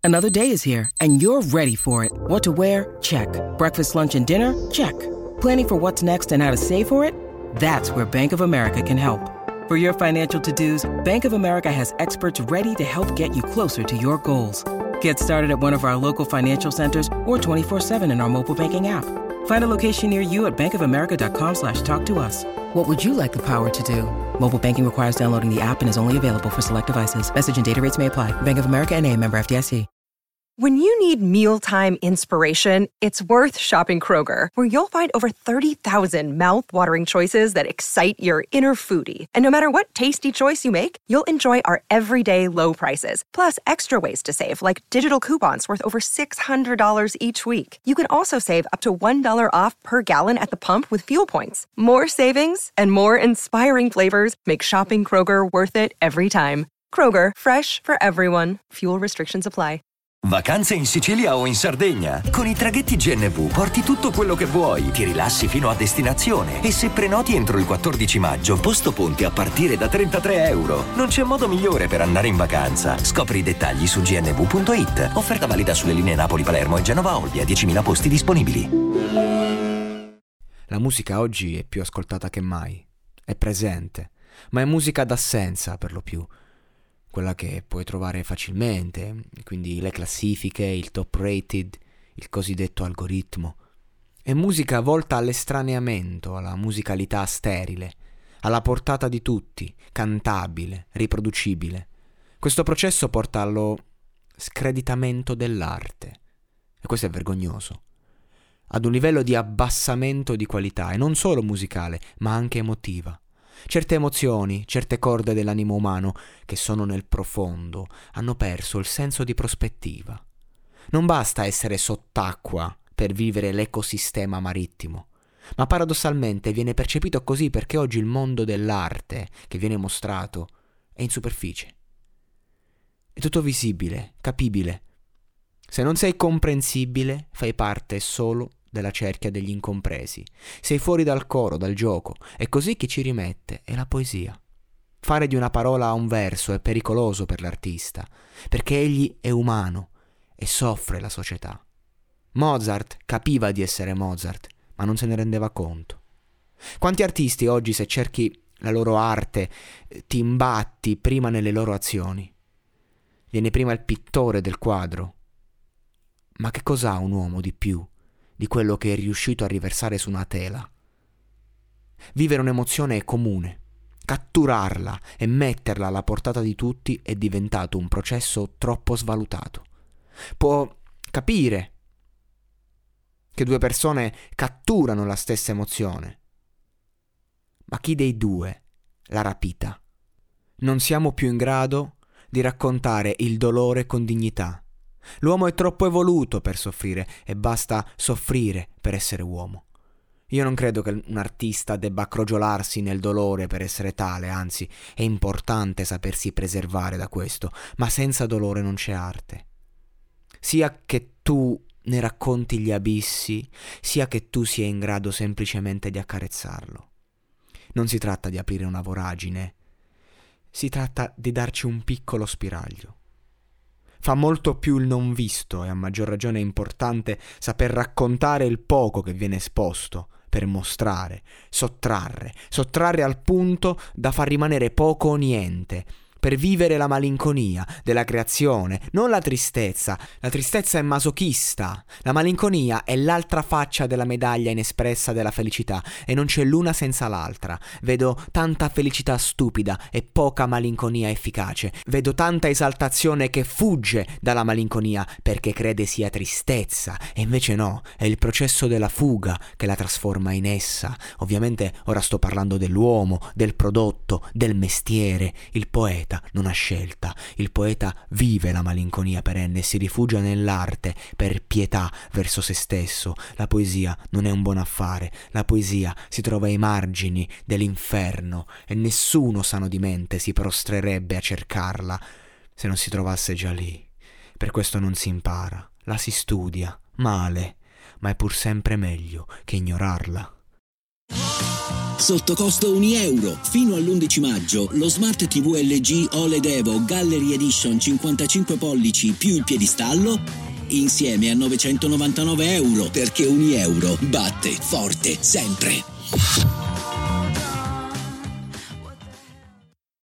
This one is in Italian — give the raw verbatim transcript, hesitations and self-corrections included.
Another day is here, and you're ready for it. What to wear? Check. Breakfast, lunch, and dinner? Check. Planning for what's next and how to save for it? That's where Bank of America can help. For your financial to-dos, Bank of America has experts ready to help get you closer to your goals. Get started at one of our local financial centers or twenty-four seven in our mobile banking app. Find a location near you at bankofamerica.com slash talk to us. What would you like the power to do? Mobile banking requires downloading the app and is only available for select devices. Message and data rates may apply. Bank of America N A, member F D I C. When you need mealtime inspiration, it's worth shopping Kroger, where you'll find over thirty thousand mouth-watering choices that excite your inner foodie. And no matter what tasty choice you make, you'll enjoy our everyday low prices, plus extra ways to save, like digital coupons worth over six hundred dollars each week. You can also save up to one dollar off per gallon at the pump with fuel points. More savings and more inspiring flavors make shopping Kroger worth it every time. Kroger, fresh for everyone. Fuel restrictions apply. Vacanze in Sicilia o in Sardegna? Con i traghetti G N V porti tutto quello che vuoi, ti rilassi fino a destinazione e se prenoti entro il quattordici maggio, posto ponti a partire da trentatré euro. Non c'è modo migliore per andare in vacanza. Scopri i dettagli su g n v punto i t. Offerta valida sulle linee Napoli-Palermo e Genova-Olbia, diecimila posti disponibili. La musica oggi è più ascoltata che mai, è presente, ma è musica d'assenza per lo più. Quella che puoi trovare facilmente, quindi le classifiche, il top rated, il cosiddetto algoritmo. È musica volta all'estraneamento, alla musicalità sterile, alla portata di tutti, cantabile, riproducibile. Questo processo porta allo screditamento dell'arte, e questo è vergognoso, ad un livello di abbassamento di qualità, e non solo musicale, ma anche emotiva. Certe emozioni, certe corde dell'animo umano, che sono nel profondo, hanno perso il senso di prospettiva. Non basta essere sott'acqua per vivere l'ecosistema marittimo, ma paradossalmente viene percepito così perché oggi il mondo dell'arte che viene mostrato è in superficie. È tutto visibile, capibile. Se non sei comprensibile, fai parte solo della cerchia degli incompresi. Sei fuori dal coro, dal gioco, e così chi ci rimette è la poesia. Fare di una parola un verso è pericoloso per l'artista, perché egli è umano e soffre la società. Mozart capiva di essere Mozart, ma non se ne rendeva conto. Quanti artisti oggi, se cerchi la loro arte, ti imbatti prima nelle loro azioni? Viene prima il pittore del quadro. Ma che cos'ha un uomo di più di quello che è riuscito a riversare su una tela? Vivere un'emozione è comune. Catturarla e metterla alla portata di tutti è diventato un processo troppo svalutato. Può capire che due persone catturano la stessa emozione, ma chi dei due l'ha rapita? Non siamo più in grado di raccontare il dolore con dignità. L'uomo è troppo evoluto per soffrire e basta soffrire per essere uomo. Io non credo che un artista debba crogiolarsi nel dolore per essere tale, anzi è importante sapersi preservare da questo, ma senza dolore non c'è arte. Sia che tu ne racconti gli abissi, sia che tu sia in grado semplicemente di accarezzarlo. Non si tratta di aprire una voragine, si tratta di darci un piccolo spiraglio. Fa molto più il non visto e a maggior ragione è importante saper raccontare il poco che viene esposto per mostrare, sottrarre, sottrarre al punto da far rimanere poco o niente, per vivere la malinconia della creazione, non la tristezza. La tristezza è masochista, la malinconia è l'altra faccia della medaglia inespressa della felicità e non c'è l'una senza l'altra. Vedo tanta felicità stupida e poca malinconia efficace. Vedo tanta esaltazione che fugge dalla malinconia perché crede sia tristezza e invece no, è il processo della fuga che la trasforma in essa. Ovviamente ora sto parlando dell'uomo, del prodotto, del mestiere. Il poeta non ha scelta, il poeta vive la malinconia perenne e si rifugia nell'arte per pietà verso se stesso. La poesia non è un buon affare, la poesia si trova ai margini dell'inferno e nessuno sano di mente si prostrerebbe a cercarla se non si trovasse già lì. Per questo non si impara, la si studia, male, ma è pur sempre meglio che ignorarla. Sotto costo un euro. Fino all'undici maggio lo Smart ti vu L G O L E D Evo Gallery Edition cinquantacinque pollici più il piedistallo insieme a novecentonovantanove euro, perché un euro batte forte sempre.